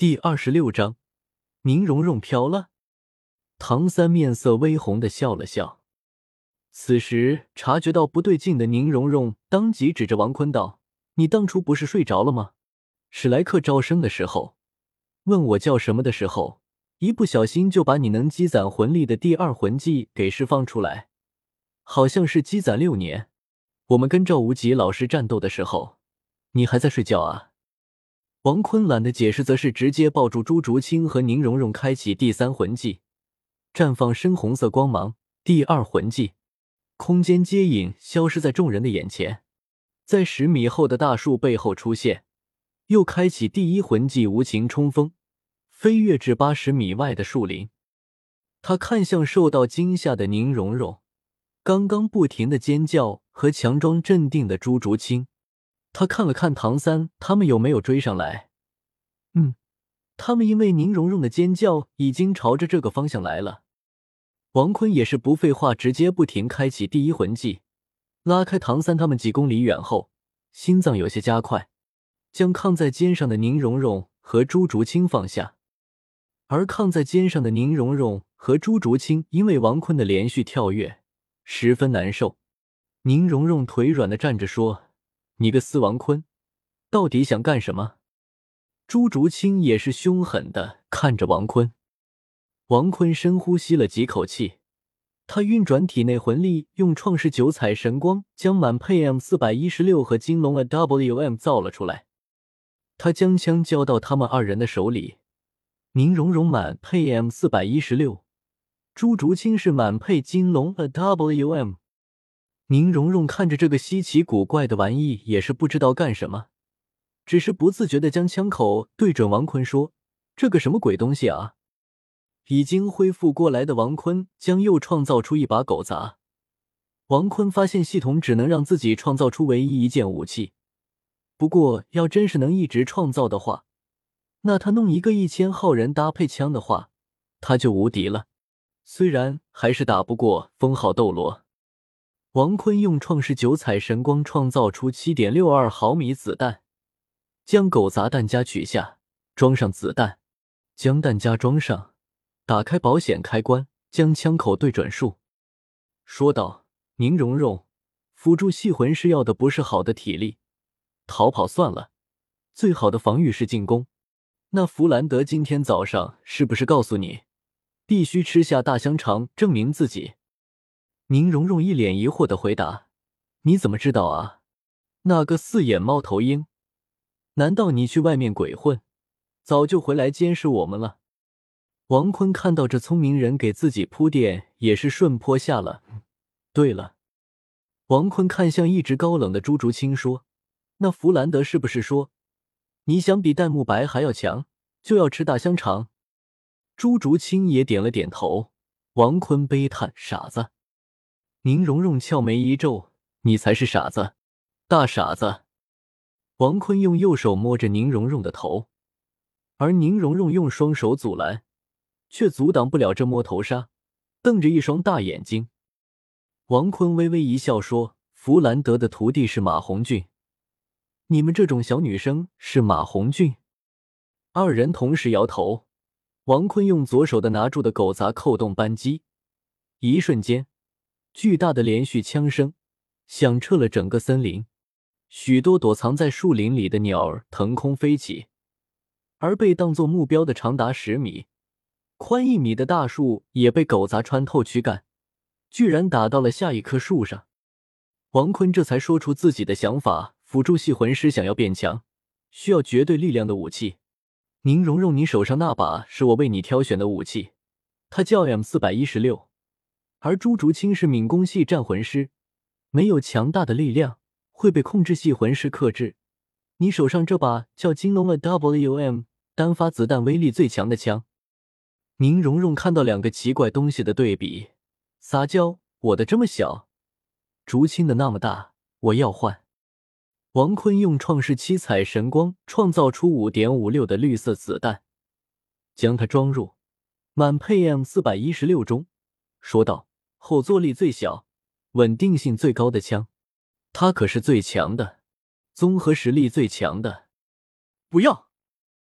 第26章，宁荣荣飘了。唐三面色微红的笑了笑。此时察觉到不对劲的宁荣荣当即指着王坤道：“你当初不是睡着了吗？史莱克招生的时候，问我叫什么的时候，一不小心就把你能积攒魂力的第二魂技给释放出来，好像是积攒6年。我们跟赵无极老师战斗的时候，你还在睡觉啊？”王坤懒得解释，则是直接抱住朱竹清和宁荣荣，开启第三魂技，绽放深红色光芒。第二魂技，空间接引，消失在众人的眼前，在10米后的大树背后出现。又开启第一魂技，无情冲锋，飞跃至80米外的树林。他看向受到惊吓的宁荣荣，刚刚不停的尖叫和强装镇定的朱竹清。他看了看唐三他们有没有追上来。他们因为宁荣荣的尖叫已经朝着这个方向来了。王坤也是不废话，直接不停开启第一魂技，拉开唐三他们几公里远后，心脏有些加快，将扛在肩上的宁荣荣和朱竹清放下。而扛在肩上的宁荣荣和朱竹清因为王坤的连续跳跃十分难受。宁荣荣腿软的站着说：“你个死王坤，到底想干什么？”朱竹清也是凶狠的看着王坤。王坤深呼吸了几口气，他运转体内魂力，用创世九彩神光将满配 M416 和金龙 AWM 造了出来。他将枪交到他们二人的手里，宁荣荣满配 M416， 朱竹清是满配金龙 AWM。宁荣荣看着这个稀奇古怪的玩意，也是不知道干什么，只是不自觉地将枪口对准王坤说：“这个什么鬼东西啊？”已经恢复过来的王坤将又创造出一把狗杂。王坤发现系统只能让自己创造出唯一一件武器，不过要真是能一直创造的话，那他弄一个1000号人搭配枪的话，他就无敌了。虽然还是打不过封号斗罗。王坤用创世九彩神光创造出 7.62 毫米子弹，将狗杂弹夹取下，装上子弹，将弹夹装上，打开保险开关，将枪口对准树，说道：“宁荣荣，辅助系魂师要的不是好的体力，逃跑算了，最好的防御是进攻。那弗兰德今天早上是不是告诉你，必须吃下大香肠证明自己？”宁荣荣一脸疑惑地回答：“你怎么知道啊？那个4眼猫头鹰，难道你去外面鬼混，早就回来监视我们了？”王坤看到这聪明人给自己铺垫，也是顺坡下了。对了，王坤看向一直高冷的朱竹清说：“那弗兰德是不是说，你想比戴沐白还要强，就要吃大香肠？”朱竹清也点了点头。王坤悲叹：“傻子。”宁荣荣俏眉一皱：“你才是傻子，大傻子。”王坤用右手摸着宁荣荣的头，而宁荣荣用双手阻拦，却阻挡不了这摸头杀，瞪着一双大眼睛。王坤微微一笑说：“弗兰德的徒弟是马红俊，你们这种小女生是马红俊？”二人同时摇头。王坤用左手的拿住的狗杂扣动扳机，一瞬间巨大的连续枪声响彻了整个森林，许多躲藏在树林里的鸟儿腾空飞起，而被当作目标的长达10米、宽1米的大树也被狗杂穿透躯干，居然打到了下一棵树上。王坤这才说出自己的想法：辅助系魂师想要变强，需要绝对力量的武器。宁荣荣，你手上那把是我为你挑选的武器，它叫 M416。而朱竹清是敏攻系战魂师，没有强大的力量，会被控制系魂师克制。你手上这把叫金龙 AWM， 单发子弹威力最强的枪。宁荣荣看到两个奇怪东西的对比，撒娇：“我的这么小，竹清的那么大，我要换。”王坤用创世7彩神光创造出 5.56 的绿色子弹，将它装入满配 M416 中，说道：“后坐力最小，稳定性最高的枪，它可是最强的，综合实力最强的。”“不要！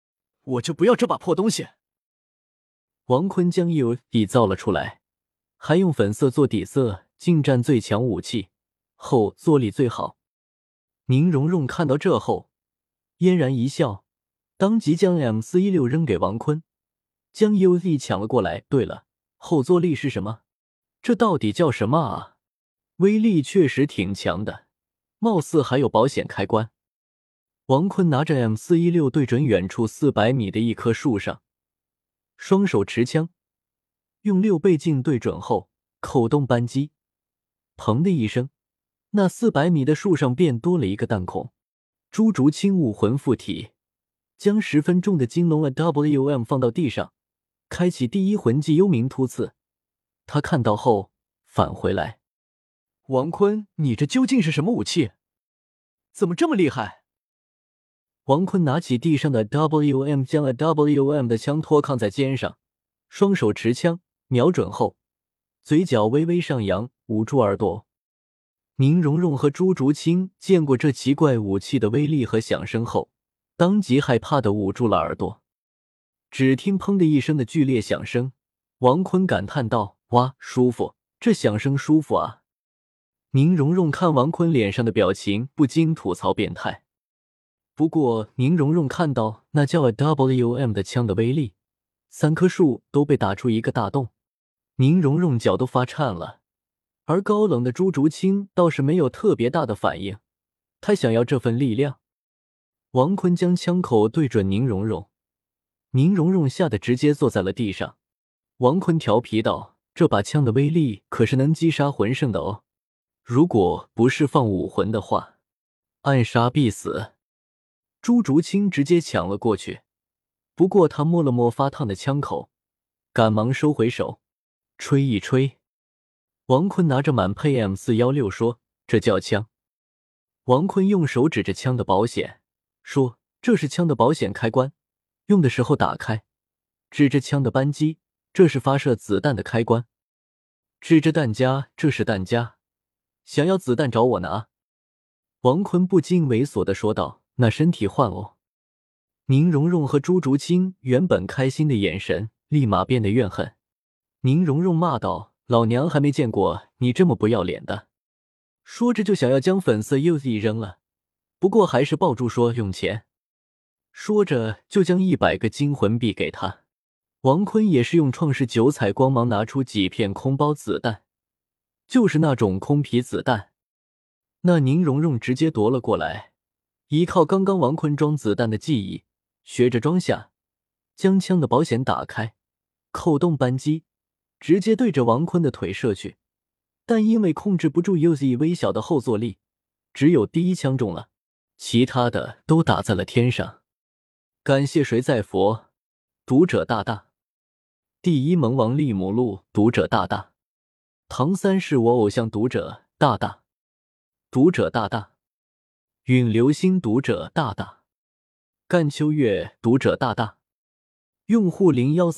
我就不要这把破东西。 王坤将 UZ 造了出来，还用粉色做底色，近战最强武器，后坐力最好。宁荣荣看到这后，嫣然一笑，当即将 M416 扔给王坤，将 UZ 抢了过来。对了，后坐力是什么？这到底叫什么啊？威力确实挺强的，貌似还有保险开关。王坤拿着 M416 对准远处400米的一棵树上，双手持枪，用6倍镜对准后扣动扳机，砰的一声，那400米的树上便多了一个弹孔。朱竹清武魂附体，将10分重的金龙 AWM 放到地上，开启第一魂技幽冥突刺。他看到后返回来， 王坤，你这究竟是什么武器？怎么这么厉害？ 王坤拿起地上的 WM， 将 WM 的枪托扛在肩上，双手持枪瞄准后，嘴角微微上扬，捂住耳朵。宁荣荣和朱竹清见过这奇怪武器的威力和响声后，当即害怕地捂住了耳朵。只听砰的一声的剧烈响声，王坤感叹道：哇，舒服，这响声舒服啊。宁荣荣看王坤脸上的表情，不禁吐槽变态。不过宁荣荣看到那叫 WM 的枪的威力，3棵树都被打出一个大洞，宁荣荣脚都发颤了。而高冷的朱竹清倒是没有特别大的反应，他想要这份力量。王坤将枪口对准宁荣荣，宁荣荣吓得直接坐在了地上。王坤调皮道：这把枪的威力可是能击杀魂圣的哦，如果不释放武魂的话，暗杀必死。朱竹清直接抢了过去，不过他摸了摸发烫的枪口，赶忙收回手，吹一吹。王坤拿着满配 M416 说：这叫枪。王坤用手指着枪的保险，说：这是枪的保险开关，用的时候打开。指着枪的扳机，这是发射子弹的开关。指着弹夹，这是弹夹，想要子弹找我拿。王坤不禁猥琐地说道：那身体换哦。宁荣荣和朱竹清原本开心的眼神立马变得怨恨。宁荣荣骂道：老娘还没见过你这么不要脸的。说着就想要将粉色 UZ 扔了，不过还是抱住说用钱。说着就将100个金魂币给他。王坤也是用创世9彩光芒拿出几片空包子弹，就是那种空皮子弹。那宁荣荣直接夺了过来，依靠刚刚王坤装子弹的技艺，学着装下，将枪的保险打开，扣动扳机，直接对着王坤的腿射去。但因为控制不住 UZ 微小的后坐力，只有第一枪中了，其他的都打在了天上。感谢谁在佛，读者大大。第一萌王利姆路，读者大大。唐三是我偶像，读者大大。读者大大。陨流星，读者大大。干秋月，读者大大。用户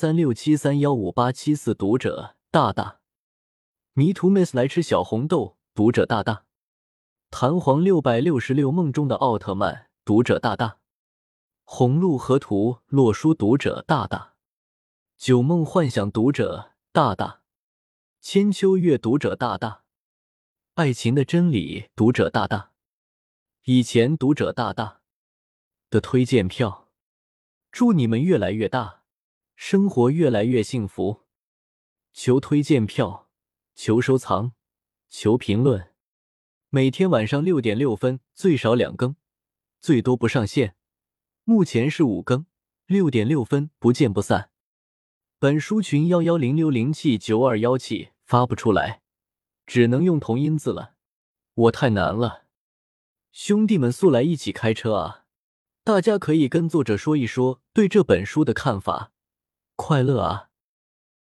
0136731587，读者大大。迷途 miss 来吃小红豆，读者大大。弹簧666，梦中的奥特曼，读者大大。红鹿河图，洛书，读者大大。九梦幻想，读者大大。千秋月，读者大大。爱情的真理，读者大大。以前读者大大的推荐票，祝你们越来越大，生活越来越幸福。求推荐票，求收藏，求评论。每天晚上6点6分，最少2更，最多不上线。目前是5更，6点6分，不见不散。本书群1106079217发不出来，只能用同音字了，我太难了。兄弟们速来一起开车啊！大家可以跟作者说一说对这本书的看法。快乐啊！